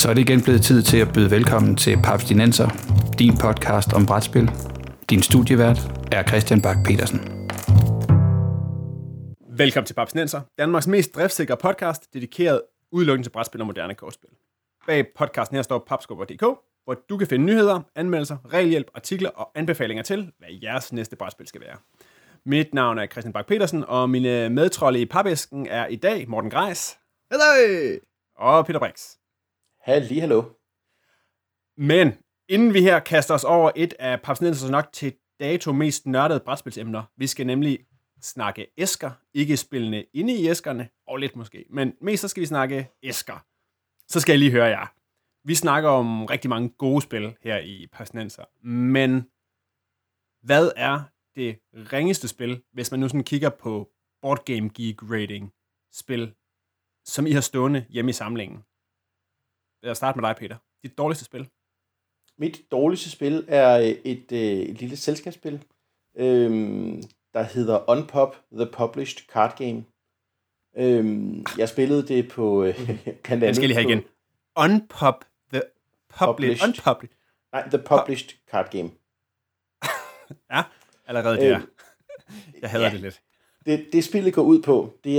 Så er det igen blevet tid til at byde velkommen til Papstinenser, din podcast om brætspil. Din studievært er Christian Bak petersen. Velkommen til Papstinenser, Danmarks mest driftsikre podcast, dedikeret udelukkende til brætspil og moderne kortspil. Bag podcasten her står papskubber.dk, hvor du kan finde nyheder, anmeldelser, regelhjælp, artikler og anbefalinger til, hvad jeres næste brætspil skal være. Mit navn er Christian Bak petersen, og mine medtrolde i papæsken er i dag Morten Greis. Hallo! Og Peter Brix. Hallo. Men inden vi her kaster os over et af Papstinensers nok til dato mest nørdede brætspilsemner, vi skal nemlig snakke æsker, ikke spillene inde i æskerne, og lidt måske, men mest så skal vi snakke æsker. Så skal jeg lige høre jer. Vi snakker om rigtig mange gode spil her i Papstinenser, men hvad er det ringeste spil, hvis man nu sådan kigger på Board Game Geek rating spil, som I har stående hjemme i samlingen? Jeg starter med dig, Peter. Dit dårligste spil? Mit dårligste spil er et lille selskabsspil, der hedder Unpop, The Published Card Game. Jeg spillede det på... Jeg skal lige have igen. Unpop, The Published... The Published Card Game. Ja, allerede der. Jeg hader det lidt. Det spillet går ud på, det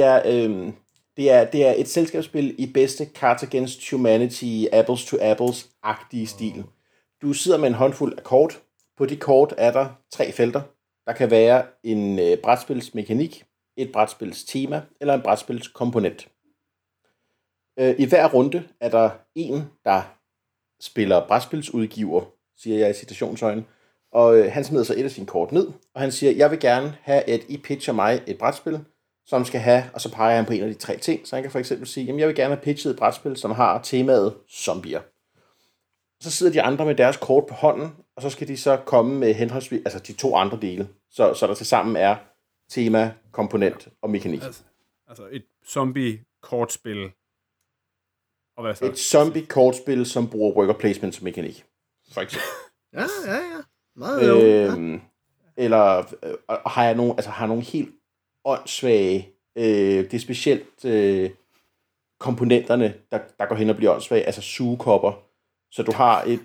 er et selskabsspil i bedste Cards Against Humanity, Apples to Apples-agtige stil. Du sidder med en håndfuld af kort. På de kort er der 3 felter. Der kan være en brætspilsmekanik, et brætspilstema eller en brætspilskomponent. I hver runde er der en, der spiller brætspilsudgiver, siger jeg i citationsøjne, og han smider så et af sine kort ned, og han siger, jeg vil gerne have, at I pitcher mig et brætspil, som skal have, og så peger han på en af de 3 ting, så han kan for eksempel sige, jamen jeg vil gerne have pitchet et brætspil, som har temaet zombier. Så sidder de andre med deres kort på hånden, og så skal de så komme med henholdsvis, altså de 2 andre dele, så der tilsammen er tema, komponent og mekanik. Altså et zombie-kortspil. Og hvad så? Et zombie-kortspil, som bruger worker placement som mekanik, for eksempel. Ja. Meget eller har nogle helt åndssvage, det er specielt komponenterne, der går hen og bliver åndssvage, altså sugekopper. Så du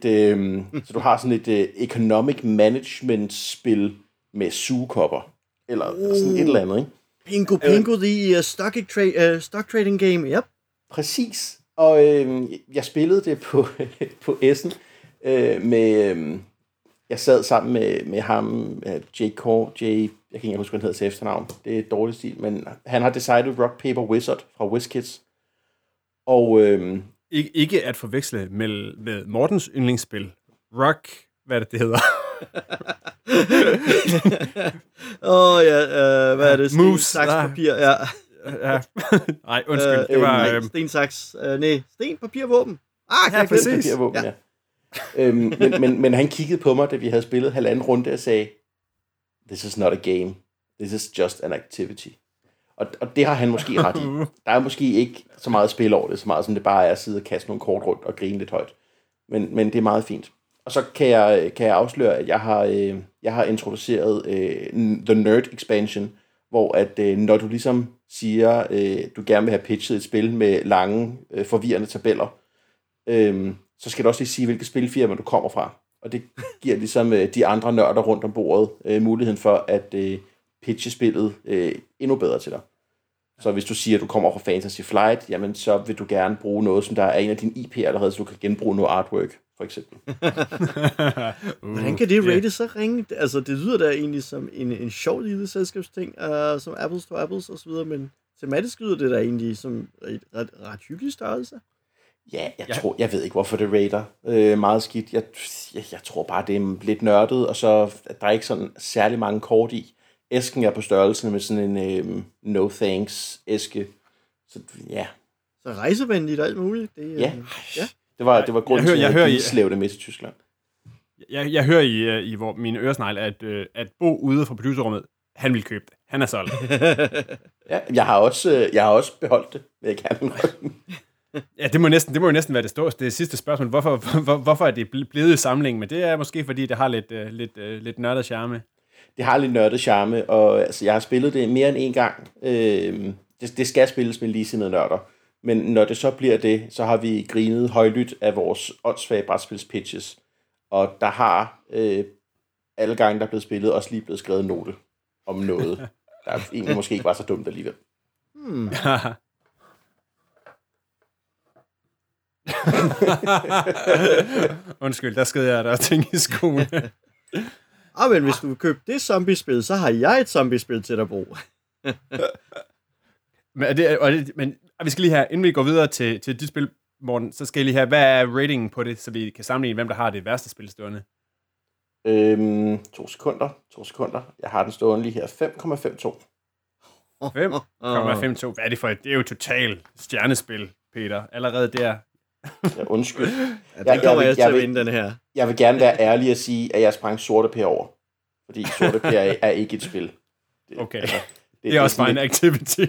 har sådan et economic management spil med sugekopper, eller sådan et eller andet, ikke? Bingo, the stock trading game, yep. Præcis, og jeg spillede det på Essen med... Jeg sad sammen med ham, jeg kan ikke huske, hvad han hedder til efternavn. Det er et dårligt stil, men han har designet Rock Paper Wizard fra WizKids. Og ikke at forveksle med Mortens yndlingsspil. Rock, hvad det hedder? Hvad er det? Moose. Saks, papir, ja. Nej, undskyld. Det var... Sten, saks, sten, papir, våben. Ja, præcis. Papir, våben, ja. Men han kiggede på mig, da vi havde spillet 1,5 runde, og sagde, this is not a game, this is just an activity. Og det har han måske ret i. Der er måske ikke så meget spil over det, så meget som det bare er at sidde og kaste nogle kort rundt og grine lidt højt. Men det er meget fint. Og så kan jeg afsløre, at jeg har introduceret The Nerd Expansion, hvor at når du ligesom siger, du gerne vil have pitchet et spil med lange, forvirrende tabeller, så skal du også lige sige, hvilket spilfirma du kommer fra. Og det giver ligesom de andre nørder rundt om bordet muligheden for at pitche spillet endnu bedre til dig. Så hvis du siger, at du kommer fra Fantasy Flight, jamen så vil du gerne bruge noget, som der er en af dine IP'er allerede, så du kan genbruge noget artwork, for eksempel. Hvordan kan det rate så ringe? Altså, det lyder da egentlig som en sjov lille selskabsting, som Apples to Apples og så videre, men tematisk lyder det da egentlig som et ret hyggelig størrelse. Ja, jeg ved ikke, hvorfor det rater meget skidt. Jeg tror bare, det er lidt nørdet, og så der er ikke sådan særlig mange kort i. Æsken er på størrelse med sådan en no thanks æske. Så ja. Så rejsevenligt og alt muligt. Ja. Det var grunden til, at jeg slævede det med til Tyskland. Jeg hører i hvor mine øresnegle, at Bo ude fra producerrummet, han vil købe det. Han er solgt. Ja, jeg har også beholdt det, vil jeg gerne. Ja, det må jo næsten være det sidste spørgsmål. Hvorfor er det blevet i samlingen? Men det er måske, fordi det har lidt nørdet charme. Det har lidt nørdet charme, og altså, jeg har spillet det mere end en gang. Det skal spilles med ligesindede nørder. Men når det så bliver det, så har vi grinet højlydt af vores åndssvage brætspils-pitches. Og der har alle gange, der er blevet spillet, også lige blevet skrevet en note om noget, der egentlig måske ikke var så dumt alligevel. Undskyld, der skede jeg der ting i skolen. Men hvis du vil købe det zombiespil, så har jeg et zombiespil til dig, Bro. Men vi skal lige have, inden vi går videre til dit spil, Morten, så skal jeg lige have, hvad er ratingen på det, så vi kan sammenligne, hvem der har det værste spil stående? 2 sekunder. Jeg har den stående lige her. 5,52. 5,52. Hvad er det for et? Det er jo totalt stjernespil, Peter. Allerede der. Ja, undskyld. Den kommer jeg til at vinde, den her. Jeg vil gerne være ærlig og sige, at jeg sprang Sorte Per over. Fordi Sorte Per er ikke et spil. Okay. Det er også bare en activity.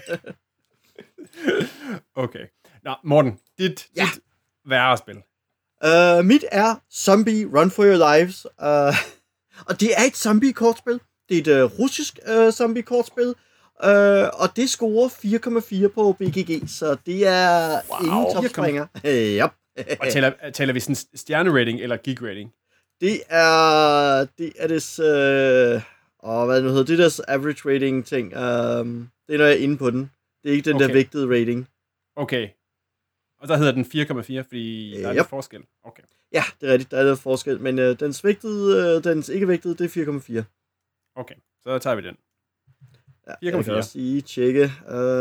Okay. Nå, Morten, dit værre spil. Mit er Zombie Run for Your Lives. Og det er et zombie-kortspil. Det er et russisk zombie-kortspil. Og det scorer 4,4 på BGG, så det er ingen topspringer. Yep. Og taler vi sådan stjerne-rating eller geek-rating? Det er det hvad det nu hedder, det er deres average rating ting. Det er, når jeg er inde på den. Det er ikke den der vægtede rating. Okay. Og der hedder den 4,4, fordi der er lidt forskel. Okay. Ja, det er rigtigt, der er lidt forskel, men dens ikke vægtede, det er 4,4. Okay, så tager vi den. 4,4. Jeg kan også lige tjekke.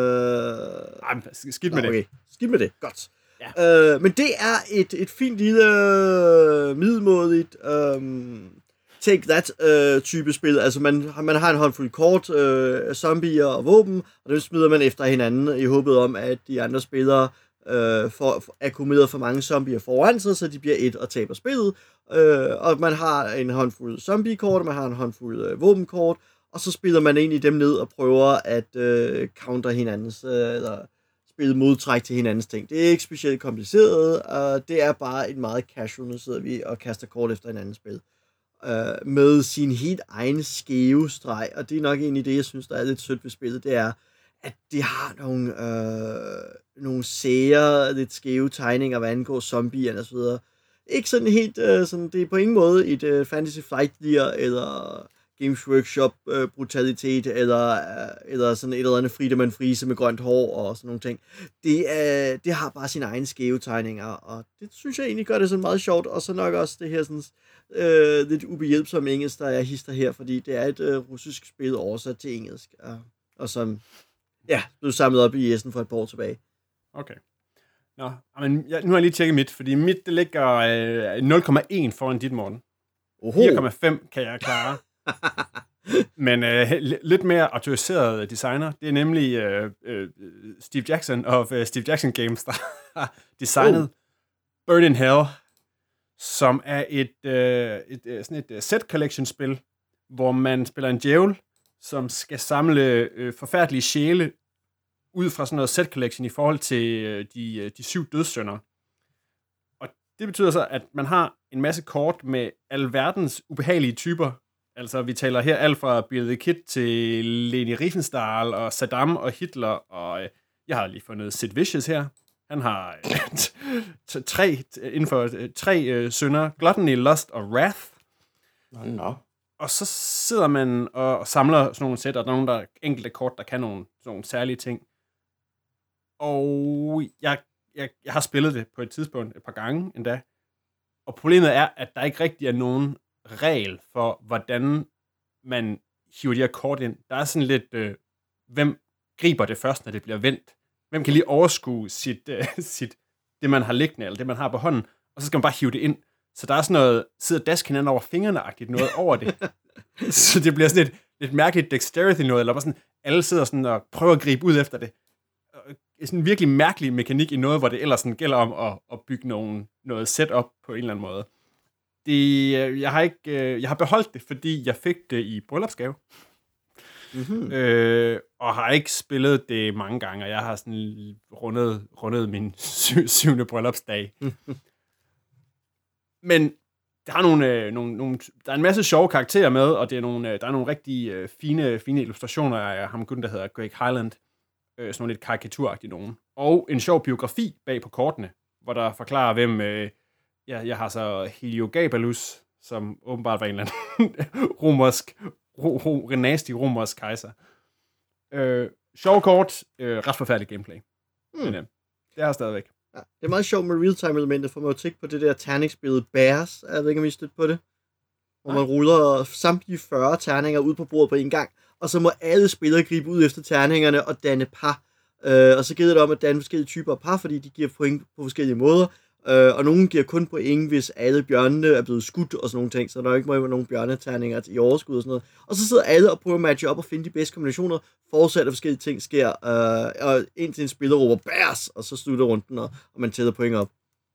Skidt med det. Okay, skidt med det, godt. Ja. Men det er et fint lille middelmådigt take that type spil. Altså man har en håndfuld kort, zombier og våben, og dem smider man efter hinanden i håbet om, at de andre spillere får akkumuleret for mange zombier foran sig, så de bliver et og taber spillet. Og man har en håndfuld zombiekort, og man har en håndfuld våbenkort, og så spiller man egentlig dem ned og prøver at counter hinandens, eller spille modtræk til hinandens ting. Det er ikke specielt kompliceret, og det er bare et meget casual, nu sidder vi og kaster kort efter hinandens spil. Med sin helt egen skæve streg, og det er nok egentlig det, jeg synes, der er lidt sødt ved spillet, det er, at det har nogle sære, lidt skæve tegninger, hvad angår zombierne og så videre. Ikke sådan helt, sådan, det er på ingen måde et Fantasy Flight Gear, eller Games Workshop brutalitet, eller sådan et eller andet Friedemann Friese med grønt hår og sådan nogle ting. Det har bare sine egne skæve tegninger, og det synes jeg egentlig gør det sådan meget sjovt, og så nok også det her sådan lidt ubehjælpsomme engelsk, der er hister her, fordi det er et russisk spil oversat til engelsk, og som blev samlet op i Essen for et par år tilbage. Okay. Nå, men nu har jeg lige tjekket mit, fordi mit det ligger 0,1 foran dit, Morten. 4,5 kan jeg klare. Men lidt mere autoriseret designer, det er nemlig Steve Jackson of Steve Jackson Games, der har designet Bird in Hell, som er et set collection spil, hvor man spiller en djævel, som skal samle forfærdelige sjæle ud fra sådan noget set collection i forhold til de 7 dødssynder. Og det betyder så, at man har en masse kort med alverdens ubehagelige typer. Altså, vi taler her alt fra Bill the Kid til Leni Riefenstahl og Saddam og Hitler, og jeg har lige fundet Sid Vicious her. Han har tre synder, Gluttony, Lust og Wrath. No. Og så sidder man og samler sådan nogle sæt, og der er nogle der enkelte kort, der kan nogle særlige ting. Og jeg har spillet det på et tidspunkt et par gange endda. Og problemet er, at der ikke rigtig er nogen regel for, hvordan man hiver de her kort ind. Der er sådan lidt, hvem griber det først, når det bliver vendt? Hvem kan lige overskue det, man har liggende, eller det, man har på hånden, og så skal man bare hive det ind. Så der er sådan noget, sidder dask hinanden over fingrene-agtigt noget over det. Så det bliver sådan et lidt mærkeligt dexterity noget, eller bare sådan, alle sidder sådan og prøver at gribe ud efter det. Sådan en virkelig mærkelig mekanik i noget, hvor det ellers sådan gælder om at bygge noget setup på en eller anden måde. Jeg har beholdt det, fordi jeg fik det i bryllupsgave. Mm-hmm. Og har ikke spillet det mange gange, og jeg har sådan rundet min 7. bryllupsdag. Men der har der er en masse sjove karakterer med, og der er nogle rigtig fine illustrationer af ham gutten, der hedder Greg Hyland. Sådan nogle lidt karikaturagtige nogen. og en sjov biografi bag på kortene, hvor der forklarer, hvem... jeg har så Heliogabalus, som åbenbart var en eller anden nasty romersk kejser. Sjov kort, ret forfærdelig gameplay. Men det er stadigvæk. Ja, det er meget sjovt med real-time-elementet, for man jo tænke på det der terningsspil Bears. Jeg ved ikke, om I stødt på det. Hvor man ruller samtlige 40 terninger ud på bordet på en gang, og så må alle spillere gribe ud efter terningerne og danne par. Og så gælder det om at danne forskellige typer af par, fordi de giver point på forskellige måder. Og nogen giver kun point, hvis alle bjørnene er blevet skudt og sådan nogle ting, så der er ikke må nogen bjørneterninger i overskud og sådan noget. Og så sidder alle og prøver at matche op og finde de bedste kombinationer, forudsat at forskellige ting sker, og indtil en spiller råber bærs, og så slutter runden, og man tæller point op.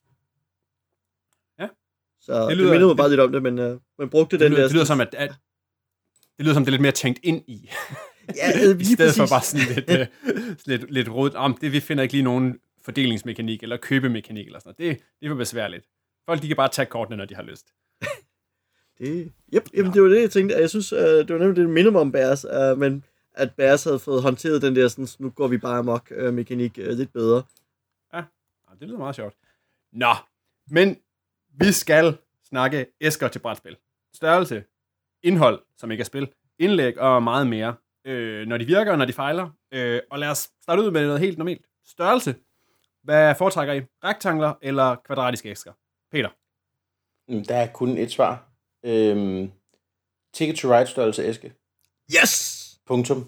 Ja. Så det mindede mig bare lidt om det, men man brugte den der... Det lyder som, at det lyder som, det er lidt mere tænkt ind i. Ja, i stedet for bare sådan lidt rodet om, det vi finder ikke lige nogen fordelingsmekanik eller købemekanik eller sådan noget. Det er for besværligt. Folk, de kan bare tage kortene, når de har lyst. Jamen, det var det, jeg tænkte. Jeg synes, det var nemlig det, minder mig om Bears, men at Bears havde fået håndteret den der, sådan, nu går vi bare amok mekanik lidt bedre. Ja, det lyder meget sjovt. Nå, men vi skal snakke æsker til brætspil. Størrelse, indhold, som ikke er spil, indlæg og meget mere. Når de virker og når de fejler. Og lad os starte ud med noget helt normalt. Størrelse. Hvad foretrækker I? Rektangler eller kvadratiske æsker? Peter? Der er kun et svar. Ticket to Ride størrelse æske. Yes! Punktum.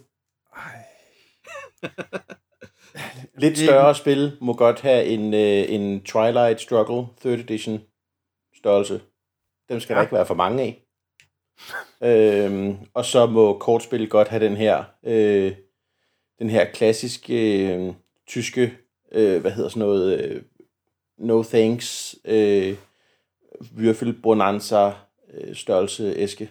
Lidt større spil må godt have en Twilight Struggle 3rd edition størrelse. Dem skal der ikke være for mange af. Og så må kortspil godt have den her klassiske tyske no thanks Würfelbonanza størrelse æske.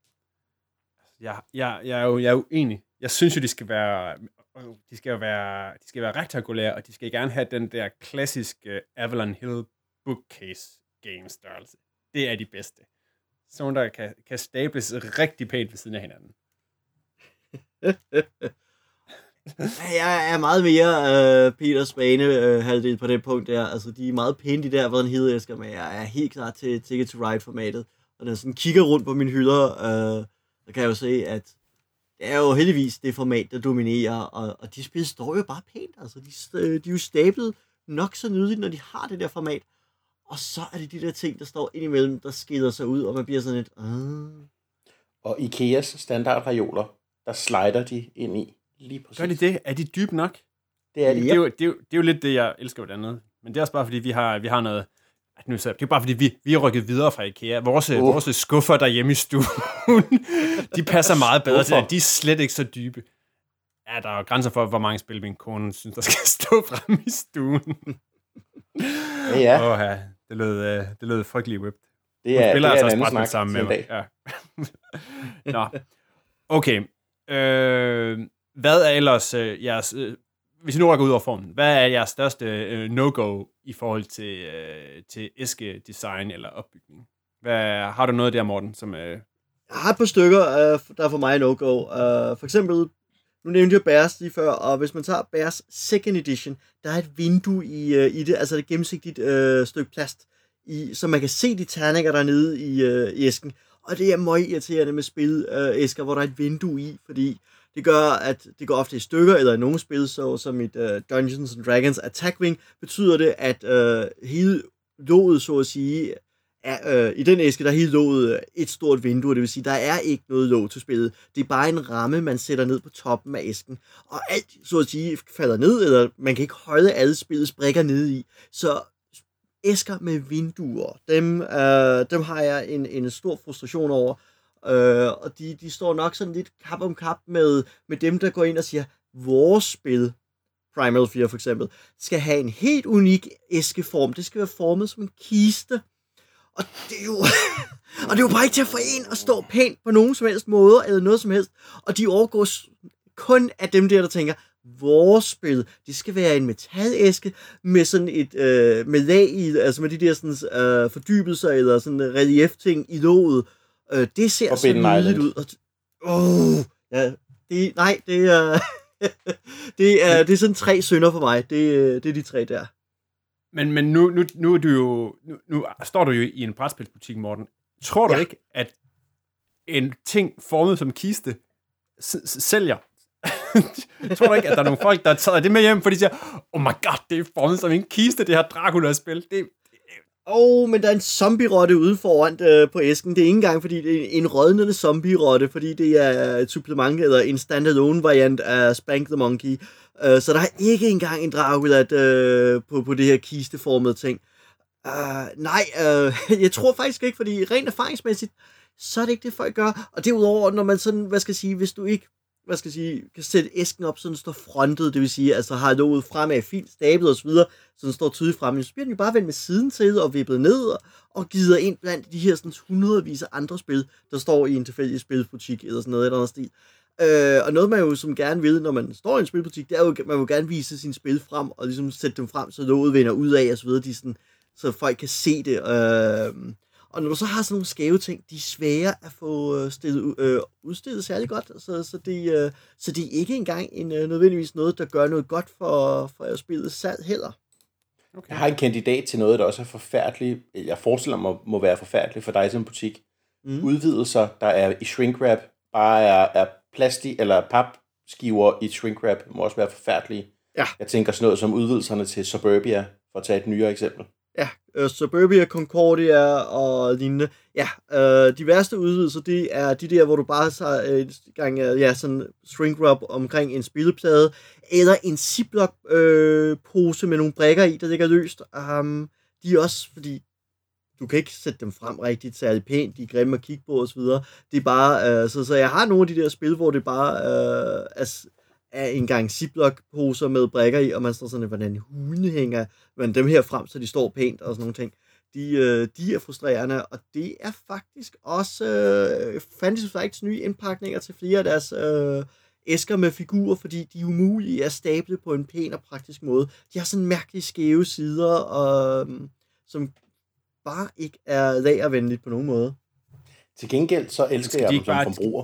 Jeg er uenig. Jeg synes jo, de skal være rektangulære, og de skal gerne have den der klassiske Avalon Hill bookcase game størrelse. Det er de bedste. Sådan der kan stables rigtig pænt ved siden af hinanden. Jeg er meget mere Peters bane-halvdel på det punkt der. Altså, de er meget pæne, de der, hvordan hedder æsker, men jeg er helt klar til Ticket to Ride-formatet. Og når jeg sådan kigger rundt på mine hylder, så kan jeg jo se, at det er jo heldigvis det format, der dominerer, og de spil står jo bare pænt. Altså, de er jo stablet nok så nydeligt, når de har det der format. Og så er det de der ting, der står indimellem, der skiller sig ud, og man bliver sådan lidt... Og Ikeas standardreoler, der slider de ind i. Lige præcis. Gør de det? Er de dybe nok? Det er de. Det er jo lidt det, jeg elsker ved det andet. Men det er også bare, fordi vi har noget... Det er bare, fordi vi er rykket videre fra IKEA. Vores skuffer derhjemme i stuen, de passer meget bedre til det. De er slet ikke så dybe. Ja, der er grænser for, hvor mange spil min kone synes, der skal stå frem i stuen. Ja. Det lød frygteligt whipped. Det er en anden snak sammen med mig. Ja. Nå. Okay. Hvad er ellers jeres... hvis I nu rykker ud over formen, hvad er jeres største no-go i forhold til æske-design eller opbygning? Har du noget der, Morten, som... Jeg har et par stykker, der er for mig no-go. For eksempel, nu nævnte jeg Bears lige før, og hvis man tager Bears Second Edition, der er et vindue i det, altså et gennemsigtigt stykke plast, så man kan se de terninger, der er nede i æsken. Og det er meget irriterende med spil-æsker, hvor der er et vindue i, fordi det gør, at det går ofte i stykker, eller i nogle spil, så som i Dungeons and Dragons Attack Wing, betyder det, at hele låget, så at sige, i den æske, der er hele låget et stort vindue, det vil sige, der er ikke noget låg til spillet. Det er bare en ramme, man sætter ned på toppen af æsken, og alt, så at sige, falder ned, eller man kan ikke holde alle spillets brikker ned i. Så æsker med vinduer, dem har jeg en stor frustration over, og de står nok sådan lidt kap om kap med dem, der går ind og siger, vores spil, Primal 4 for eksempel, skal have en helt unik æskeform. Det skal være formet som en kiste. Og det er jo bare ikke til at få en at stå pænt på nogen som helst måde, eller noget som helst. Og de overgår kun af dem der tænker, vores spil, det skal være en metalæske med sådan et med lag i, altså med de der sådan fordybelser eller sådan relief-ting i låget. Det ser så nydeligt ud. Ja, det er Det er sådan 3 synder for mig. Det er de 3 der. Men nu er du jo, nu står du jo i en brætspilsbutik, Morten. Tror du ikke, at en ting formet som kiste sælger? Tror du ikke, at der er nogle folk, der tager det med hjem, fordi de siger, oh my god, det er formet som en kiste, det her Dracula-spil. Men der er en zombie-rotte ude foran på æsken. Det er ikke engang, fordi det er en rådnende zombie-rotte, fordi det er et supplement eller en standalone variant af Spank the Monkey. Så der er ikke engang en Dracula på det her kisteformede ting. Jeg tror faktisk ikke, fordi rent erfaringsmæssigt, så er det ikke det, folk gør. Og derudover, når man sådan, hvis du ikke kan sætte æsken op, så den står frontet, det vil sige, altså har låget fremad, fint stablet osv., så den står tydeligt fremme, så bliver den jo bare vendt med siden til og vippet ned og gider ind blandt de her sådan hundredvis af andre spil, der står i en tilfældig spilbutik eller sådan noget eller andet stil. Og noget man jo som gerne vil, når man står i en spilbutik, det er jo, man vil gerne vise sine spil frem og ligesom sætte dem frem, så låget vender ud af og så videre, så folk kan se det. Og når du så har sådan nogle skæve ting, de er svære at få udstillet særlig godt, så det er ikke engang nødvendigvis noget, der gør noget godt for spillets salg heller. Okay. Jeg har en kandidat til noget, der også er forfærdeligt. Jeg forestiller mig, må være forfærdeligt for dig som butik. Udvidelser, der er i shrink wrap, bare er plastik eller papskiver i shrink wrap, må også være forfærdelige. Ja. Jeg tænker sådan noget som udvidelserne til Suburbia, for at tage et nyere eksempel. Ja, Suburbia, Concordia og lignende. Ja, de værste udvidelser, det er de der, hvor du bare tager sådan shrink wrap omkring en spilleplade, eller en Ziploc pose med nogle brikker i, der ligger løst. De er også, fordi du kan ikke sætte dem frem rigtig særlig pænt, de er grimme at kigge på osv. Det er bare, så jeg har nogle af de der spil, hvor det bare er en gang Ziploc-poser med brikker i, og man står sådan, hvordan hunde hænger man dem her frem, så de står pænt og sådan nogle ting. De er frustrerende, og det er faktisk også Fantasy Flights nye indpakninger til flere af deres æsker med figurer, fordi de er umulige at stable på en pæn og praktisk måde. De har sådan mærkelige skæve sider, som bare ikke er lagervenligt på nogen måde. Til gengæld så elsker jeg dem som forbruger.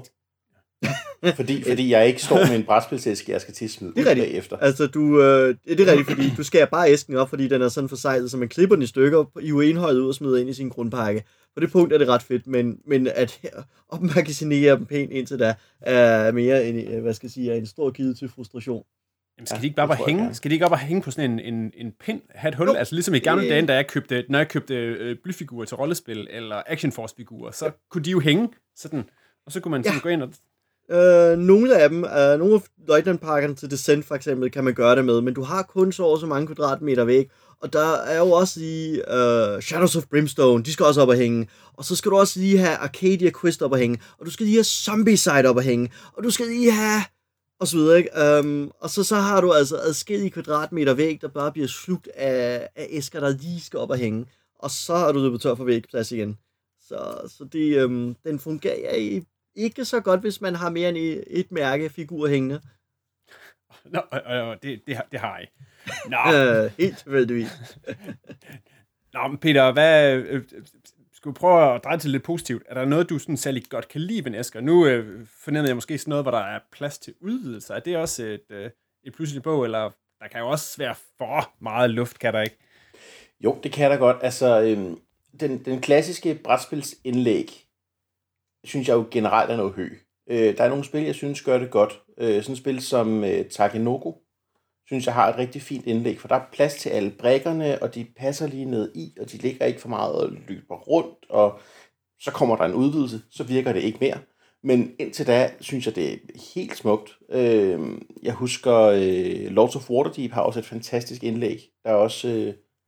fordi jeg ikke står med en brætspilsæske, jeg skal til at smide ud bagefter. Altså, det er rigtigt, fordi du skærer bare æsken op, fordi den er sådan forsejlet, så man klipper den i stykker, hiver indholdet ud og smider ind i sin grundpakke. På det punkt er det ret fedt, men at opmagasinere dem pænt indtil da, er mere en stor kilde til frustration. Jamen, skal de ikke bare hænge på sådan en pind, have et hul? No. Altså ligesom i gamle dage, når jeg købte blyfigurer til rollespil, eller Action Force-figurer, så kunne de jo hænge sådan, og så kunne man sådan gå ind og... Nogle af dem, nogle af løjtnantpakkerne til Descent for eksempel, kan man gøre det med, men du har kun så mange kvadratmeter væk, og der er jo også lige Shadows of Brimstone, de skal også op at hænge, og så skal du også lige have Arcadia Quest op at hænge, og du skal lige have Zombicide op at hænge, og du skal lige have... og så videre, ikke? Og så har du altså adskillige kvadratmeter væg, der bare bliver slugt af æsker, der lige skal op og hænge, og så er du løbet tør for vægplads igen. Så det, den fungerer ikke så godt, hvis man har mere end et mærke figur hængende. Nå, det har jeg. Nå. Helt tilfældigvis. Nå, men Peter, hvad... Skal vi prøve at dreje til lidt positivt? Er der noget, du sådan særlig godt kan lide ved en æsker? Nu fornemmer jeg måske sådan noget, hvor der er plads til udvidelser. Er det også et plus i bog, eller der kan jo også være for meget luft, kan der ikke? Jo, det kan der godt. Altså, den klassiske brætspilsindlæg, synes jeg jo generelt er noget høj. Der er nogle spil, jeg synes gør det godt. Sådan et spil som Takenoko, synes jeg har et rigtig fint indlæg, for der er plads til alle brikkerne, og de passer lige ned i, og de ligger ikke for meget og løber rundt, og så kommer der en udvidelse, så virker det ikke mere. Men indtil da, synes jeg, det er helt smukt. Jeg husker, Lords of Waterdeep har også et fantastisk indlæg, der også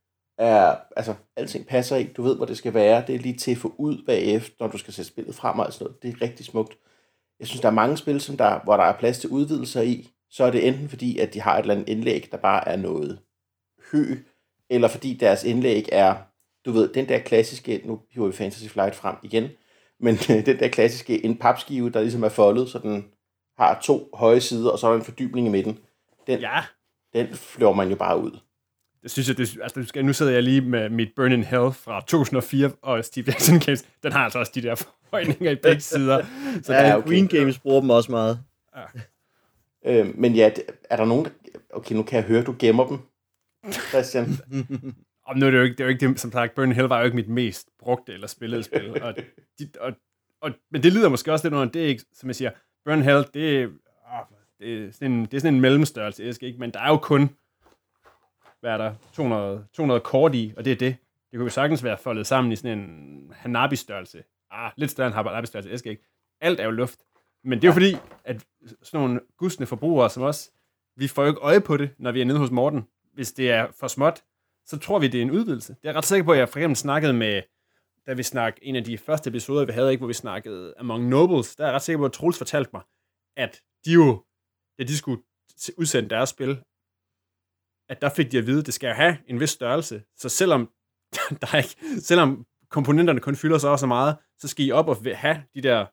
alting passer i, du ved, hvor det skal være, det er lige til at få ud bagefter, når du skal sætte spillet frem og sådan noget. Det er rigtig smukt. Jeg synes, der er mange spil, hvor der er plads til udvidelser i, så er det enten fordi, at de har et eller andet indlæg, der bare er noget eller fordi deres indlæg er, du ved, den der klassiske, nu hiver vi Fantasy Flight frem igen, men den der klassiske, en papskive, der ligesom er foldet, så den har 2 høje sider, og så er der en fordybning i midten. Den flår man jo bare ud. Det synes jeg, nu sidder jeg lige med mit Burn in Hell fra 2004, og Steve Jackson Games, den har altså også de der forhøjninger i begge sider. Så Green Games bruger dem også meget. Ja. Men ja, er der nogen, der... Okay, nu kan jeg høre, du gemmer dem, Christian. Og nu er det jo ikke det, som sagt, Burning Hell var jo ikke mit mest brugte eller spillede spil. Men det lider måske også lidt under, det er ikke, som jeg siger, Burning Hell, det er sådan en mellemstørrelse æske, ikke? Men der er jo kun, hvad er der, 200 kort i, og det er det. Det kunne jo sagtens være foldet sammen i sådan en Hanabi-størrelse. Lidt større end Hanabi-størrelse æske, ikke? Alt er jo luft. Men det er jo fordi, at sådan nogle gustne forbrugere som os, vi får jo ikke øje på det, når vi er nede hos Morten. Hvis det er for småt, så tror vi, det er en udvidelse. Det er jeg ret sikker på, at jeg for eksempel snakkede med, da vi snakkede en af de første episoder, vi havde, ikke, hvor vi snakkede Among Nobles, der er jeg ret sikker på, at Troels fortalte mig, at de skulle udsende deres spil, at der fik de at vide, at det skal have en vis størrelse. Så selvom komponenterne kun fylder så meget, så skal I op og have de der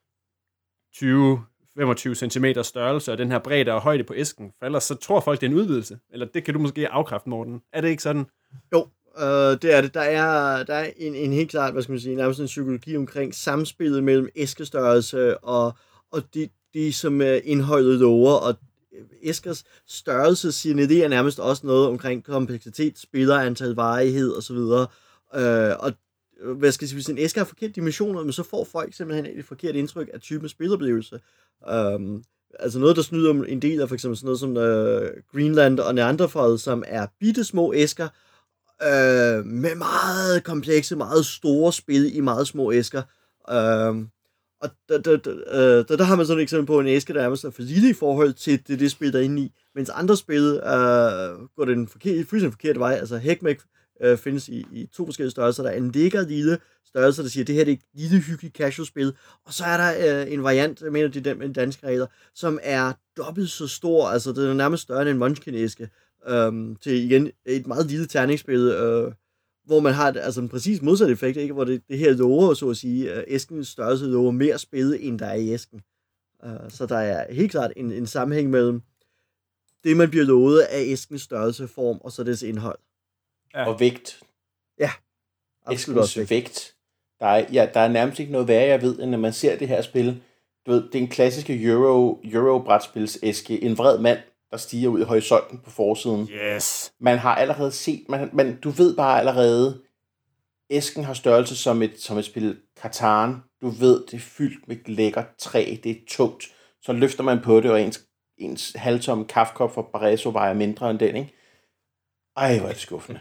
20-25 cm størrelse, og den her bredde og højde på æsken, for ellers så tror folk, det er en udvidelse. Eller det kan du måske afkræfte, Morten. Er det ikke sådan? Jo, det er det. Der er en helt klart, hvad skal man sige, nærmest en psykologi omkring samspillet mellem æskestørrelse og det som indholdet lover, og æskers størrelse signalerer nærmest også noget omkring kompleksitet, spillerantal, varighed osv. Og hvad skal jeg sige, hvis en æske har forkerte dimensioner, men så får folk simpelthen et forkert indtryk af typen spiloplevelse. Altså noget, der snyder en del af for eksempel sådan noget som Greenland og Neanderthal, som er bittesmå æsker, med meget komplekse, meget store spil i meget små æsker. Og der har man sådan et eksempel på en æske, der er for lille i forhold til det spil, der er inde i. Mens andre spil går den fuldstændig forkerte vej. Altså Heckmech findes i to forskellige størrelser. Der er en lækker lille størrelse, der siger, at det her er et lille, hyggeligt casual-spil. Og så er der en variant, jeg mener, det er den med danske regler, som er dobbelt så stor. Altså, det er nærmest større end en Munchkin-æske. Til igen et meget lille terningsspil, hvor man har altså en præcis modsat effekt, ikke? Hvor det her lover, så at sige, æskens størrelse lover mere spil, end der er i æsken. Så der er helt klart en sammenhæng mellem det, man bliver lovet af æskens størrelse, form, og så dets indhold. Ja. Og vægt. Ja, absolut også vægt. Der er nærmest ikke noget værre, jeg ved, end når man ser det her spil. Du ved, det er en klassiske Euro-brætspils æske. En vred mand, der stiger ud i horisonten på forsiden. Yes. Man har allerede set, du ved bare allerede, æsken har størrelse som et spil Catan. Du ved, det er fyldt med lækkert træ, det er tungt. Så løfter man på det, og ens halvtomme kaffekop fra Barresso vejer mindre end den, ikke? Ej, hvor er det skuffende.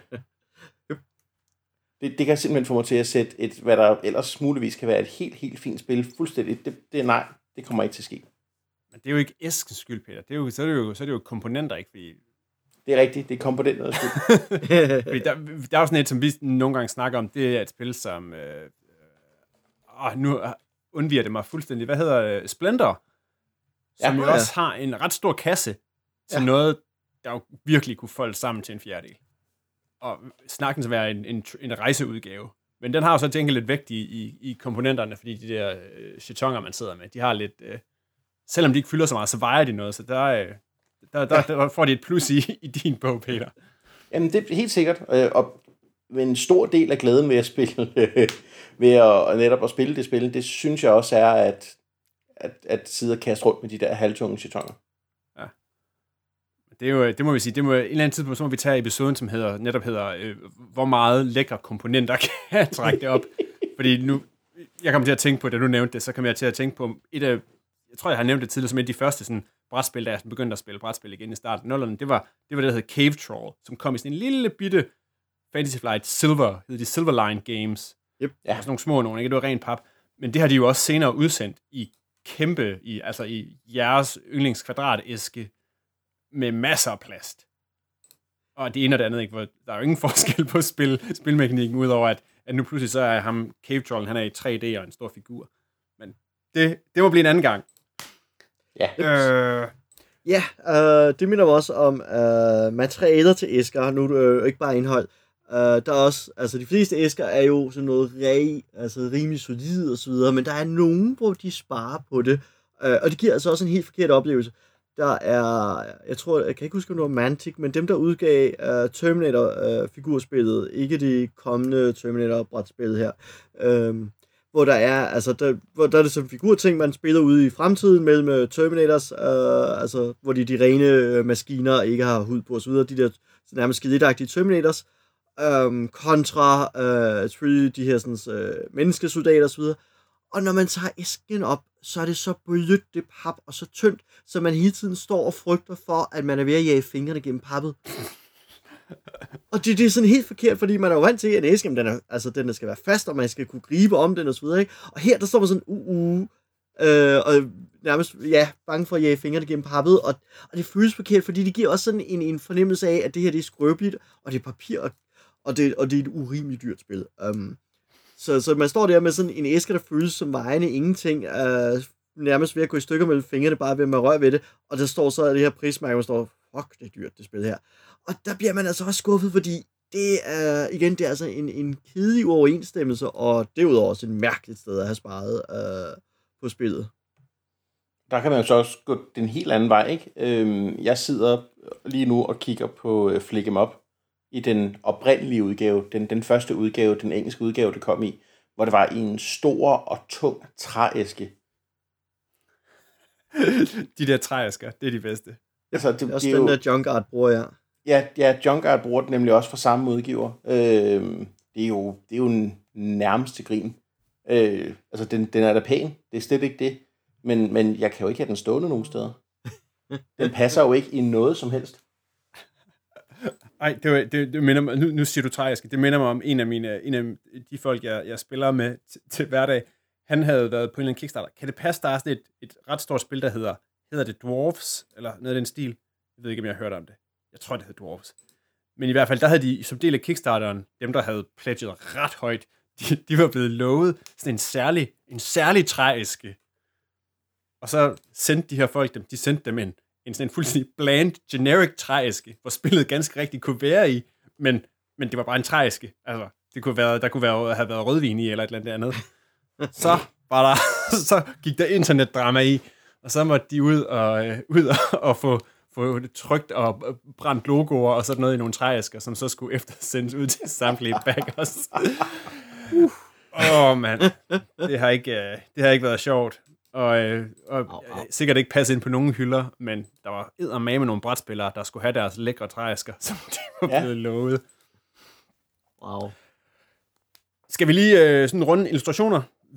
Det kan simpelthen få mig til at sætte hvad der ellers muligvis kan være et helt, helt fint spil, fuldstændig. Nej, det kommer ikke til at ske. Men det er jo ikke æskens skyld, Peter. Så er det jo komponenter, ikke? Fordi... Det er rigtigt, det er komponenter. Fordi der er jo sådan et, som vi nogle gange snakker om, det er et spil, som... nu undviger det mig fuldstændig. Hvad hedder Splendor? Som jo også har en ret stor kasse til noget, der jo virkelig kunne folde sammen til en fjerdedel. Og snakken skal være en rejseudgave. Men den har jo så tænkt lidt vægt i komponenterne, fordi de der chatonger, man sidder med, de har lidt... selvom de ikke fylder så meget, så vejer de noget, så der får de et plus i din bog, Peter. Jamen, det er helt sikkert. Og en stor del af glæden ved at spille, ved at netop at spille det spil, det synes jeg også er, at sidde og kaste rundt med de der halvtunge chatonger. Ja. Det må vi sige, det må en eller anden tidspunkt, så må vi tage episoden, som hedder hvor meget lækre komponenter kan trække det op. Fordi nu, jeg kommer til at tænke på, da du nævnte det, så kommer jeg til at tænke på jeg tror, jeg har nævnt det tidligere som et af de første sådan, brætspil, da jeg begyndte at spille brætspil igen i starten af 0'erne. Det var det, der hedder Cave Troll, som kom i sådan en lille bitte Fantasy Flight Silver, hed de Silverline Games. Yep. Ja. Sådan nogle små nogle, ikke? Det var rent pap. Men det har de jo også senere udsendt i i jeres yndlingskvadratæske med masser af plast. Og det ene og det andet, ikke? Hvor der er jo ingen forskel på spilmekanikken, udover at nu pludselig så er ham Cave Trollen, han er i 3D og en stor figur. Men det må blive en anden gang. Ja. Det minder mig også om materialer til æsker. Nu er det ikke bare indhold. Der er også, altså de fleste æsker er jo sådan noget rimelig solid og så videre, men der er nogen, hvor de sparer på det. Og det giver altså også en helt forkert oplevelse. Der er, jeg kan ikke huske, om det var Mantic, men dem, der udgav Terminator-figurspillet, ikke det kommende Terminator-brætspil her, hvor der er, altså, hvor der er det som figurting, man spiller ude i fremtiden mellem Terminators, altså, hvor de rene maskiner ikke har hud på osv., de der nærmest skeletagtige Terminators, kontra de her sådan, menneskesoldater osv., og når man tager æsken op, så er det så blødt, det pap, og så tyndt, så man hele tiden står og frygter for, at man er ved at jage fingrene gennem pappet. Og det er sådan helt forkert, fordi man er jo vant til, at en æske, den skal være fast, og man skal kunne gribe om den og så videre, ikke? Og her, der står man sådan, og nærmest, bange for at jage fingrene gennem pappet, og det føles forkert, fordi det giver også sådan en fornemmelse af, at det her, det er skrøbeligt, og det er papir, og det er et urimeligt dyrt spil. Så man står der med sådan en æske, der føles som vejende ingenting, nærmest ved at gå i stykker mellem fingrene, bare ved at man rører ved det, og der står så det her prismærke, man står, fuck, det er dyrt, det spil her. Og der bliver man altså også skuffet, fordi det er, igen, det er altså en kedelig uoverensstemmelse, og derudover også et mærkeligt sted at have sparet på spillet. Der kan man jo så også gå den helt anden vej, ikke? Jeg sidder lige nu og kigger på Flick 'em Up i den oprindelige udgave, den første udgave, den engelske udgave, det kom i, hvor det var i en stor og tung trææske. De der trææsker, det er de bedste. Altså, det er også den der Junkard bruger, Ja, Junkard bruger den nemlig også fra samme udgiver. Det er jo en nærmeste grin. Altså, den er da pæn. Det er slet ikke det. Men jeg kan jo ikke have den stående nogen steder. Den passer jo ikke i noget som helst. Ej, det minder mig, nu siger du trææske, det minder mig om en af de folk, jeg spiller med til hverdag. Han havde været på en eller anden Kickstarter. Kan det passe, der er sådan et ret stort spil, der hedder det Dwarfs, eller noget af den stil? Jeg ved ikke, om jeg har hørt om det. Jeg tror, det hed Dwarfs. Men i hvert fald, der havde de som del af Kickstarteren, dem der havde pledget ret højt, de var blevet lovet sådan en særlig trææske. Og så sendte de her folk dem, en sådan en fuldstændig bland, generic trææske, hvor spillet ganske rigtigt kunne være i, men det var bare en trææske. Altså, der kunne have været rødvin i, eller et eller andet. Så gik der internetdrama i, og så måtte de ud og få trykt og brændt logoer og sådan noget i nogle trææsker, som så skulle eftersendes ud til samtlige backers. Mand. Det har ikke været sjovt. Og sikkert ikke passe ind på nogen hylder, men der var eddermame nogle brætspillere, der skulle have deres lækre trææsker, som de var blevet lovet. Wow. Skal vi lige sådan runde illustrationer?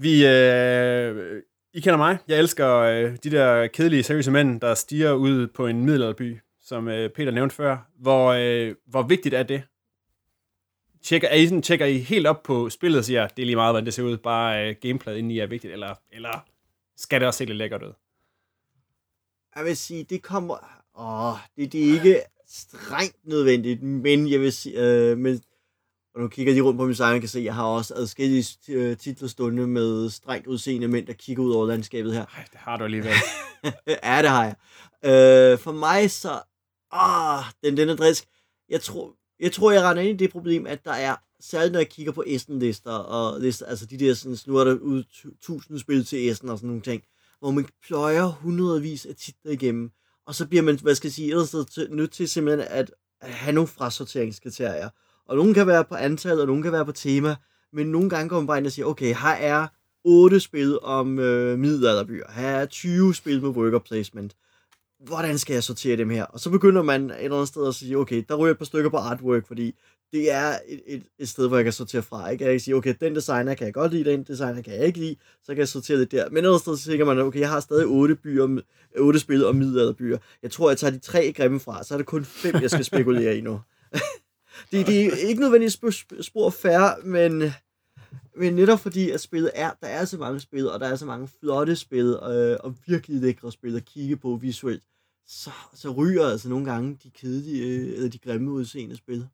I kender mig. Jeg elsker de der kedelige, seriøse mænd, der stiger ud på en middelalderby, som Peter nævnte før. Hvor vigtigt er det? Tjekker I helt op på spillet og siger, det er lige meget, hvordan det ser ud, bare gameplayet indeni er vigtigt, eller skal det også se lidt lækkert ud? Jeg vil sige, det kommer... det er ikke strengt nødvendigt, men jeg vil sige... og nu kigger jeg lige rundt på min side, og kan se, at jeg har også adskillige titler stående med strengt udseende mænd, der kigger ud over landskabet her. Ej, det har du alligevel. Ja, det har jeg. For mig så... den er drisk. Jeg tror, jeg render ind i det problem, at der er, særligt når jeg kigger på Essen-lister, og lister, altså de der sådan, nu er der ud 1000 spil til Essen og sådan nogle ting, hvor man pløjer hundredvis af titler igennem, og så bliver man, nødt til simpelthen at have nogle frasorteringskriterier. Og nogle kan være på antal, og nogle kan være på tema, men nogle gange kommer man bare ind og siger, okay, her er 8 spil om middelalderbyer, her er 20 spil med worker placement. Hvordan skal jeg sortere dem her? Og så begynder man et eller andet sted at sige, okay, der ryger et par stykker på artwork, fordi det er et sted, hvor jeg kan sortere fra. Ikke? Jeg kan sige, okay, den designer kan jeg godt lide, den designer kan jeg ikke lide, så kan jeg sortere det der. Men et eller andet sted, så tænker man, okay, jeg har stadig 8 spil om middelalderbyer. Jeg tror, jeg tager de 3 grimme fra, så er det kun 5, jeg skal spekulere i nu. Det er ikke nødvendigt spor færre, men netop fordi at der er så mange spil, og der er så mange flotte spil, og virkelig lækre spil at kigge på visuelt, så ryger altså nogle gange de kedelige, eller de grimme udseende spil.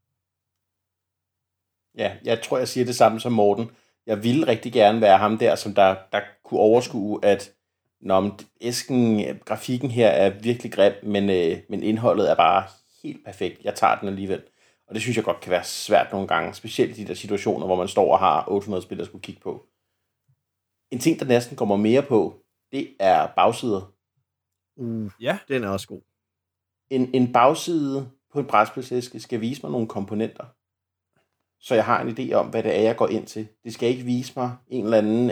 Ja, jeg tror, jeg siger det samme som Morten. Jeg ville rigtig gerne være ham der, som der kunne overskue, at grafikken her er virkelig grim, men indholdet er bare helt perfekt. Jeg tager den alligevel. Og det synes jeg godt kan være svært nogle gange, specielt i de der situationer, hvor man står og har 800 spil, der skulle kigge på. En ting, der næsten kommer mere på, det er bagsider. Ja, den er også god. En bagside på en brætspilsæske skal vise mig nogle komponenter, så jeg har en idé om, hvad det er, jeg går ind til. Det skal ikke vise mig en eller anden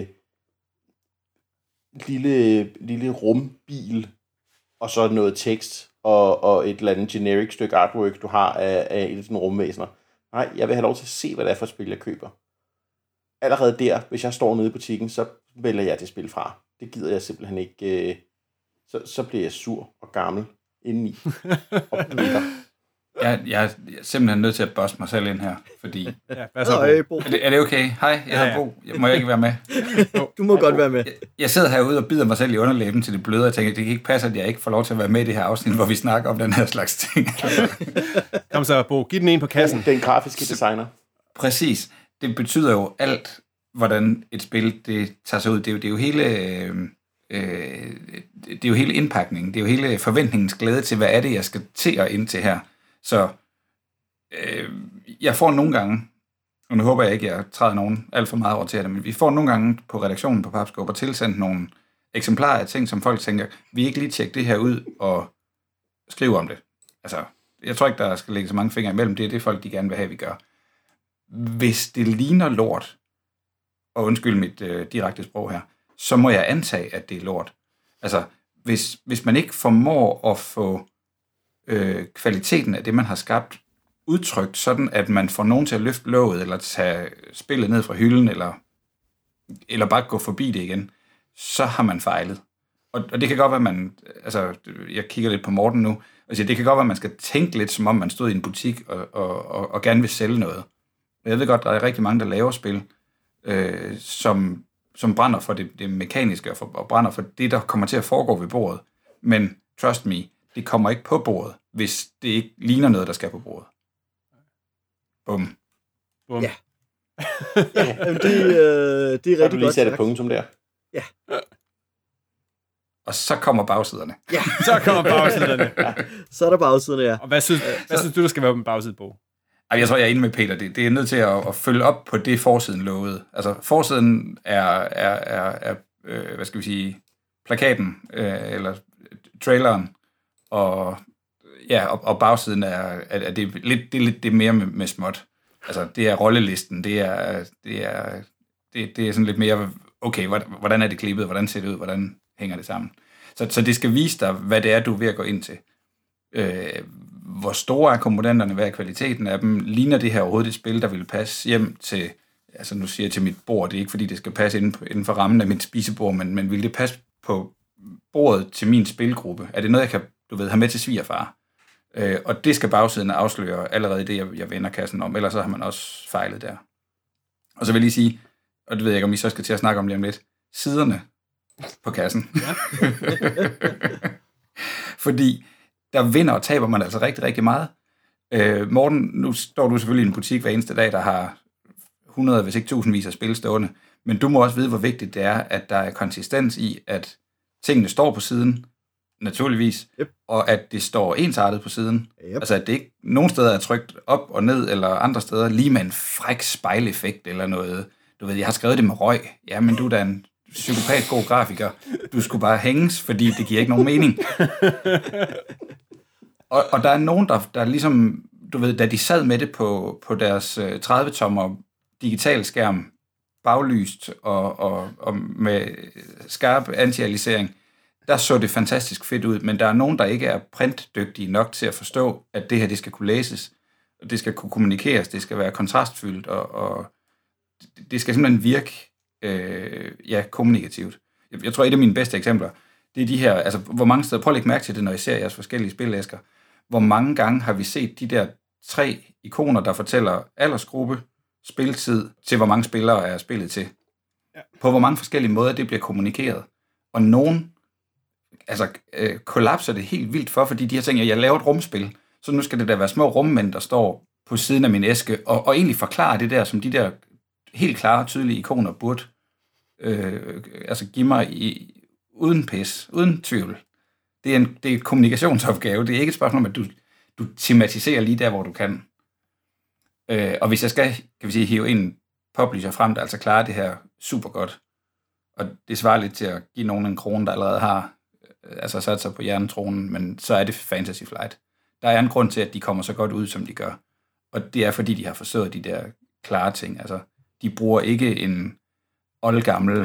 lille rumbil, og så noget tekst, og et eller andet generic stykke artwork, du har af et af dine rumvæsener. Nej, jeg vil have lov til at se, hvad det er for et spil, jeg køber. Allerede der, hvis jeg står nede i butikken, så vælger jeg det spil fra. Det gider jeg simpelthen ikke. Så bliver jeg sur og gammel indeni. Og blikker. Jeg er simpelthen nødt til at bosse mig selv ind her, fordi... Ja, hvad så, Bo? Er det okay? Hej, jeg hedder Bo. Må jeg ikke være med? Du må godt være med. Jeg sidder herude og bider mig selv i underlæben til det bløde, og tænker, det kan ikke passe, at jeg ikke får lov til at være med i det her afsnit, hvor vi snakker om den her slags ting. Kom så, Bo. Giv den en på kassen. Den grafiske designer. Præcis. Det betyder jo alt, hvordan et spil det tager sig ud. Det er jo hele... det er jo hele indpakningen, det er jo hele forventningens glæde til, hvad er det, jeg skal til at ind til her. Så jeg får nogle gange, og nu håber jeg ikke, jeg træder nogen alt for meget over til det, men vi får nogle gange på redaktionen på Papskub og tilsendt nogle eksemplarer af ting, som folk tænker, vi ikke lige tjekke det her ud og skrive om det. Altså, jeg tror ikke, der skal lægge så mange fingre imellem. Det er det folk, de gerne vil have, vi gør. Hvis det ligner lort, og undskyld mit direkte sprog her, så må jeg antage, at det er lort. Altså, hvis man ikke formår at få kvaliteten af det, man har skabt, udtrykt sådan, at man får nogen til at løfte låget, eller tage spillet ned fra hylden, eller bare gå forbi det igen, så har man fejlet. Og det kan godt være, man... Altså, jeg kigger lidt på Morten nu, og siger, det kan godt være, man skal tænke lidt, som om man stod i en butik og gerne vil sælge noget. Jeg ved godt, der er rigtig mange, der laver spil, som brænder for det mekaniske, og brænder for det, der kommer til at foregå ved bordet. Men trust me, det kommer ikke på bordet, hvis det ikke ligner noget, der skal på bordet. Bum. Bum. Ja. Ja, det er rigtig godt. Har du lige sat et punktum der? Ja. Og så kommer bagsiderne. Ja. Så kommer bagsiderne. Ja. Så er der bagsiderne, ja. Og hvad synes du, der skal være på en bagside, Bo? Jeg tror, jeg er inde med Peter. Det er nødt til at følge op på det, forsiden lovede. Altså, forsiden er hvad skal vi sige, plakaten, eller traileren, og bagsiden er det lidt det mere med småt. Altså, det er rollelisten, det er sådan lidt mere, okay, hvordan er det klippet, hvordan ser det ud, hvordan hænger det sammen. Så det skal vise dig, hvad det er, du er ved at gå ind til. Hvor store er komponenterne, hvad er kvaliteten af dem, ligner det her overhovedet et spil, der vil passe hjem til, altså nu siger jeg til mit bord, det er ikke fordi, det skal passe inden for rammen af mit spisebord, men vil det passe på bordet til min spilgruppe? Er det noget, jeg kan, have med til svigerfar? Og det skal bagsiden afsløre allerede det, jeg vender kassen om, ellers så har man også fejlet der. Og så vil jeg lige sige, og det ved jeg ikke, om I så skal til at snakke om lige om lidt, siderne på kassen. Ja. Fordi der vinder og taber man altså rigtig, rigtig meget. Morten, nu står du selvfølgelig i en butik hver eneste dag, der har 100, hvis ikke tusindvis af spil stående, men du må også vide, hvor vigtigt det er, at der er konsistens i, at tingene står på siden, naturligvis, yep. Og at det står ensartet på siden. Yep. Altså, at det ikke nogen steder er trykt op og ned, eller andre steder, lige med en fræk spejleffekt, eller noget. Du ved, jeg har skrevet det med røg. Ja, men du er da en psykopat god grafiker. Du skulle bare hænges, fordi det giver ikke nogen mening. Og der er nogen, der ligesom, du ved, da de sad med det på deres 30-tommer digital skærm, baglyst og med skarp anti-alisering, der så det fantastisk fedt ud, men der er nogen, der ikke er printdygtige nok til at forstå, at det her, det skal kunne læses, og det skal kunne kommunikeres, det skal være kontrastfyldt, og det skal simpelthen virke kommunikativt. Jeg tror, et af mine bedste eksempler, det er de her, altså hvor mange steder, prøv at lægge mærke til det, når I ser jeres forskellige spilæsker, hvor mange gange har vi set de der 3 ikoner, der fortæller aldersgruppe, spiltid, til hvor mange spillere er spillet til. Ja. På hvor mange forskellige måder det bliver kommunikeret. Og nogen kollapser det helt vildt for, fordi de har tænkt, at jeg laver et rumspil, så nu skal det da være små rummænd, der står på siden af min æske, og egentlig forklare det der, som de der helt klare, tydelige ikoner burde give mig uden pis, uden tvivl. Det er et kommunikationsopgave. Det er ikke et spørgsmål om, at du tematiserer lige der, hvor du kan. Og hvis jeg skal, kan vi sige, hive en publisher frem, der altså klarer det her super godt, og det svarer lidt til at give nogen en krone, der allerede har sat sig på hjernetronen, men så er det Fantasy Flight. Der er en grund til, at de kommer så godt ud, som de gør. Og det er, fordi de har forstået de der klare ting. Altså, de bruger ikke en oldgammel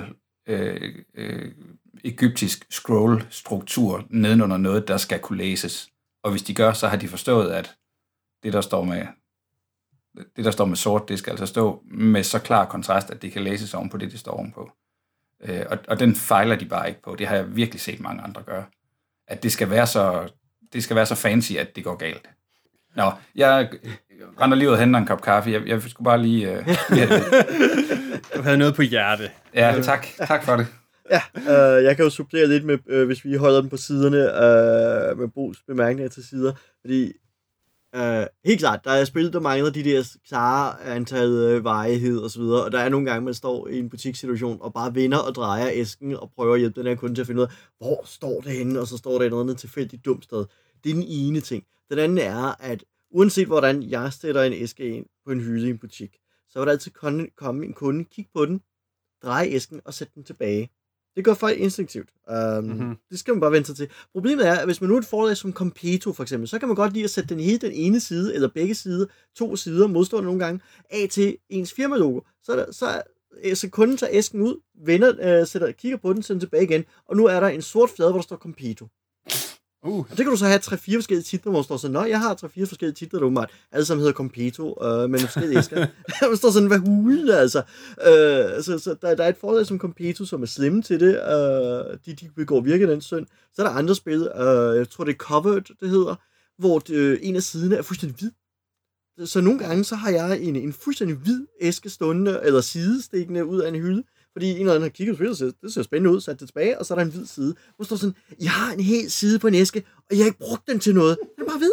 egyptisk scroll-struktur nedenunder noget, der skal kunne læses. Og hvis de gør, så har de forstået, at det, der står med sort, det skal altså stå med så klar kontrast, at det kan læses oven på det står ovenpå. Og den fejler de bare ikke på. Det har jeg virkelig set mange andre gøre. At det skal være så fancy, at det går galt. Nå, jeg render lige ud og henter en kop kaffe. Jeg skulle bare lige... Du havde noget på hjerte. Ja, tak for det. Ja, jeg kan jo supplere lidt med, hvis vi holder dem på siderne, med Bo's bemærkninger til sider, fordi helt klart, der er spil, der mangler de der klare antal varighed og så videre, og der er nogle gange, man står i en butikssituation og bare vender og drejer æsken og prøver at hjælpe den her kunde til at finde ud af, hvor står det henne, og så står der et eller andet tilfældigt dumt sted. Det er den ene ting. Den anden er, at uanset hvordan jeg sætter en æske ind på en hylde i en butik, så vil der altid komme en kunde, kigge på den, dreje æsken og sætte den tilbage. Det gør folk instinktivt. Det skal man bare vente sig til. Problemet er, at hvis man nu er et forlag som Competo for eksempel, så kan man godt lide at sætte den ene side, eller begge sider, 2 sider, modstående nogle gange, af til ens firmalogo. Så kunden tager æsken ud, kigger på den, sender tilbage igen, og nu er der en sort flade, hvor der står Competo. Og det kan du så have 3-4 forskellige titler, hvor man står sådan, jeg har 3-4 forskellige titler, der åbenbart alle sammen hedder Competo, med forskellige æsker. Man står sådan, hvad hulen, altså. Så der er et forlag som Competo, som er slemme til det. De begår virkelig den synd. Så er der andre spil, jeg tror det er Covered, det hedder, hvor en af siderne er fuldstændig hvid. Så nogle gange, så har jeg en fuldstændig hvid æske stående, eller sidestikkende ud af en hylde, fordi en eller anden har kigget på spillet og siger, det ser spændende ud, sat det tilbage, og så er der en hvid side. Hvor står sådan, jeg har en hel side på en æske, og jeg har ikke brugt den til noget. Den er bare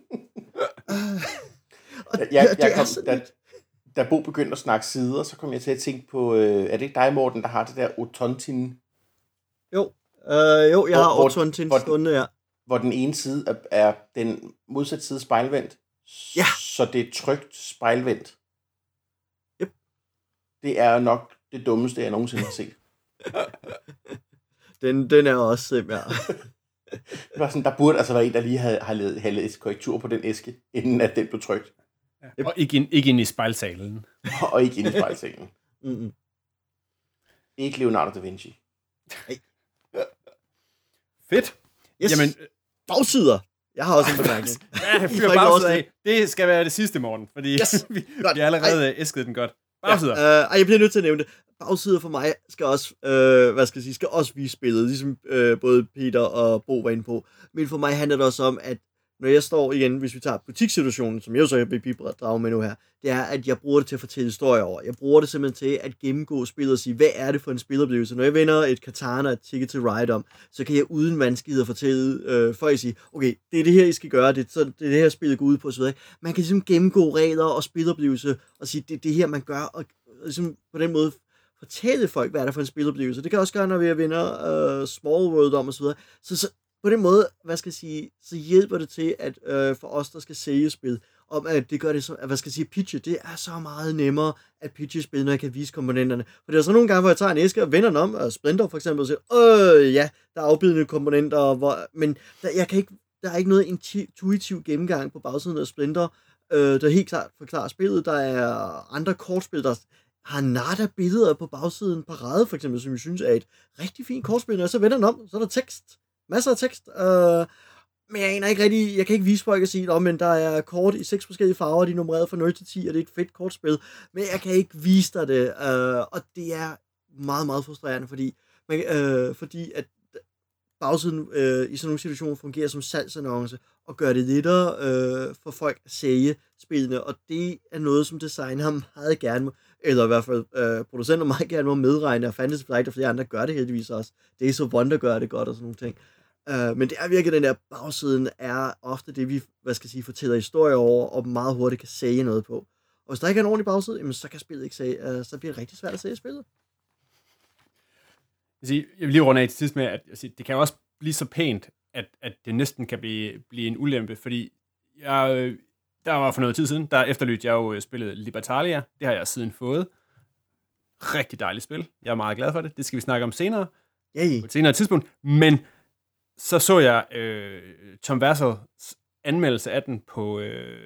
hvid. Da Bo begyndte at snakke sider, så kom jeg til at tænke på, er det ikke dig, Morten, der har det der Otontin? Jo, jeg har Otontin stående, ja. Hvor den ene side er den modsatte side spejlvendt, ja. Så det er trygt spejlvendt. Yep. Det er nok det dummeste, jeg nogensinde har set. den er også sim, ja. Det var sådan, der burde altså være en, der lige havde lavet korrektur på den æske, inden at den blev trykt. Ja. Og ikke ind i spejlsalen. Og ikke ind i spejlsalen. Mm-hmm. Ikke Leonardo da Vinci. Hey. Fedt. Yes. Jamen, bagsider. Jeg har også en bemærkning. Ja, fyr bagsider af. Det skal være det sidste, Morten, fordi vi har allerede æsket den godt. Bagsider. Ja, jeg bliver nødt til at nævne det. Bagsider for mig skal også, skal også vise spillet, ligesom både Peter og Bo var inde på. Men for mig handler det også om, at når jeg står igen, hvis vi tager butikssituationen, som jeg jo så vil bidrage med nu her, det er, at jeg bruger det til at fortælle historier over. Jeg bruger det simpelthen til at gennemgå spillet og sige, hvad er det for en spiloplevelse? Når jeg vender et Katana og et Ticket to Ride om, så kan jeg uden vanskeligheder fortælle folk at sige, okay, det er det her, I skal gøre, det er det her, spillet går ud på, osv. Man kan ligesom gennemgå regler og spiloplevelse og sige, det er det her, man gør, og ligesom på den måde fortælle folk, hvad er det for en spiloplevelse. Det kan også gøre, når vi vinder Small World om, osv. Så på den måde, så hjælper det til, at for os, der skal sælge spil, om at det gør det så, pitche, det er så meget nemmere at pitche spil, når jeg kan vise komponenterne. For det er så nogle gange, hvor jeg tager en æske og vender den om, og Splinter for eksempel, og siger, ja, der er afbydende komponenter, men der er ikke noget intuitiv gennemgang på bagsiden af Splinter, der helt klart forklarer spillet. Der er andre kortspil, der har Nada-billeder på bagsiden, Parade for eksempel, som jeg synes er et rigtig fint kortspil, og så vender den om, så er der tekst. Masser af tekst, men jeg kan ikke vise folk at sige, men der er kort i 6 forskellige farver, de er nummereret fra 0 til 10, og det er et fedt kortspil, men jeg kan ikke vise dig det, og det er meget, meget frustrerende, fordi at bagsiden i sådan nogle situationer fungerer som salgsannonce, og gør det lettere for folk at sælge spillene, og det er noget, som designer meget gerne eller i hvert fald producenter meget gerne må medregne, og Fantasy Flight og flere andre gør det heldigvis også. Det er så Wonder gør det godt og sådan nogle ting. Men det er virkelig, den der bagsiden er ofte det, vi fortæller historier over, og meget hurtigt kan sælge noget på. Og hvis der ikke er en ordentlig bagside, jamen, så kan spillet ikke sælge, så bliver det rigtig svært at sælge spillet. Jeg vil lige runde af til sidst med, at det kan også blive så pænt, at det næsten kan blive en ulempe, fordi der var for noget tid siden, der efterløbte jeg jo spillet Libertalia. Det har jeg siden fået. Rigtig dejligt spil. Jeg er meget glad for det. Det skal vi snakke om senere. Yay. På et senere tidspunkt. Men så jeg Tom Vassels anmeldelse af den på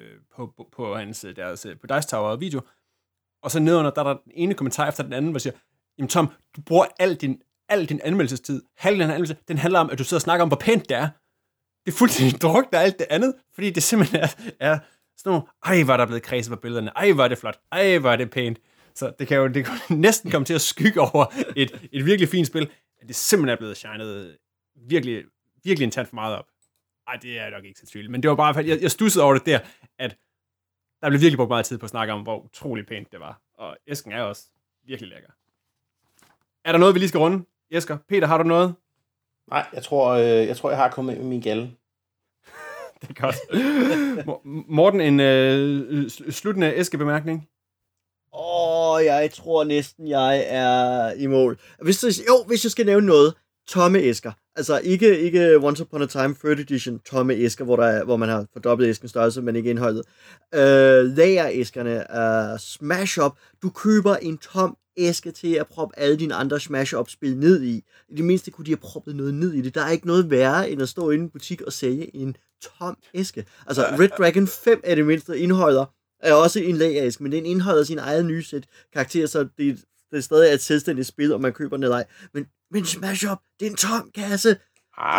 på Dice Tower video, og så nedenunder, der er den ene kommentar efter den anden, hvor siger, jamen Tom, du bruger al din anmeldelsestid, halvdelen af anmeldelse, den handler om, at du sidder og snakker om, hvor pænt det er. Det er fuldstændig drukner alt det andet, fordi det simpelthen er sådan nogle, ej, hvor er der blevet kredset på billederne, ej, hvor er det flot, ej, hvor er det pænt. Så det kan næsten komme til at skygge over et virkelig fint spil, at det simpelthen er blevet shined virkelig, virkelig en tand for meget op. Ej, det er nok ikke så tvivl, men det var bare, jeg stussede over det der, at der blev virkelig brugt meget tid på at snakke om, hvor utrolig pænt det var. Og æsken er også virkelig lækker. Er der noget, vi lige skal runde? Esker, Peter, har du noget? Nej, jeg tror, jeg har kommet med min galle. Det er godt. Morten, en sluttende æskebemærkning? Jeg tror næsten, jeg er i mål. Hvis jeg skal nævne noget. Tomme æsker. Altså ikke Once Upon a Time 3rd Edition tomme æsker, hvor man har fordoblet æskens størrelse, men ikke indholdet. Lageræskerne er Smash Up. Du køber en tom æske til at proppe alle dine andre Smash Up-spil ned i. I det mindste kunne de have proppet noget ned i det. Der er ikke noget værre, end at stå inde i en butik og sælge en tom æske. Altså Red Dragon 5 er det mindste indeholder, er også en lageræske, men den indeholder sin eget nye sæt karakterer, så det er stadig et selvstændigt spil, og man køber den eller ej. Men Smash Up, det er en tom kasse. De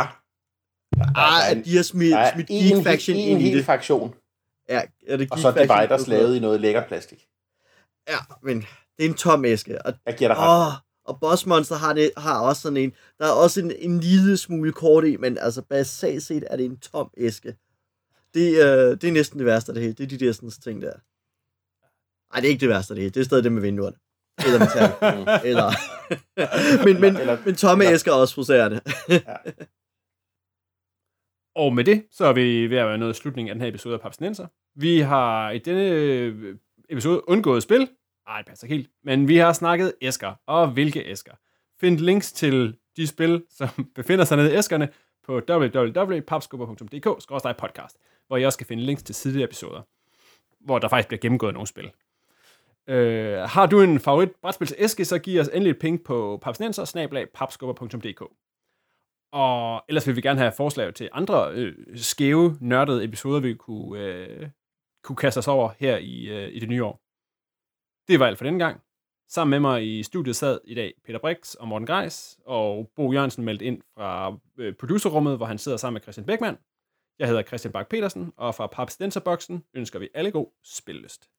har smidt Geek Faction ind i det. En hel fraktion. Ja, er det og så Dividers lavet i noget lækker plastik. Ja, men det er en tom æske. Og, jeg giver dig ret. Og Boss Monster har også sådan en. Der er også en lille smule kort i, men altså basalt set er det en tom æske. Det er næsten det værste af det hele. Det er de der sådan ting der. Nej, det er ikke det værste af det hele. Det er stadig det med vinduerne. Eller metal. men tomme æsker er også frustrerende. Ja. Og med det, så er vi ved at være nået slutningen af den her episode af Papsnenser. Vi har i denne episode undgået spil. Ej, det passer ikke helt. Men vi har snakket æsker. Og hvilke æsker? Find links til de spil, som befinder sig nede i æskerne på www.papskubber.dk/podcast, hvor I også kan finde links til tidligere episoder, hvor der faktisk bliver gennemgået nogle spil. Har du en favorit brætspilsæske, så giv os endelig et ping på papsnenser@papskubber.dk. Og ellers vil vi gerne have forslag til andre skæve, nørdede episoder, vi kunne kaste os over her i det nye år. Det var alt for denne gang. Sammen med mig i studiet sad i dag Peter Brix og Morten Greis, og Bo Jørgensen meldte ind fra producerrummet, hvor han sidder sammen med Christian Beckmann. Jeg hedder Christian Bak Petersen, og fra Papsnenserboksen ønsker vi alle god spillelyst.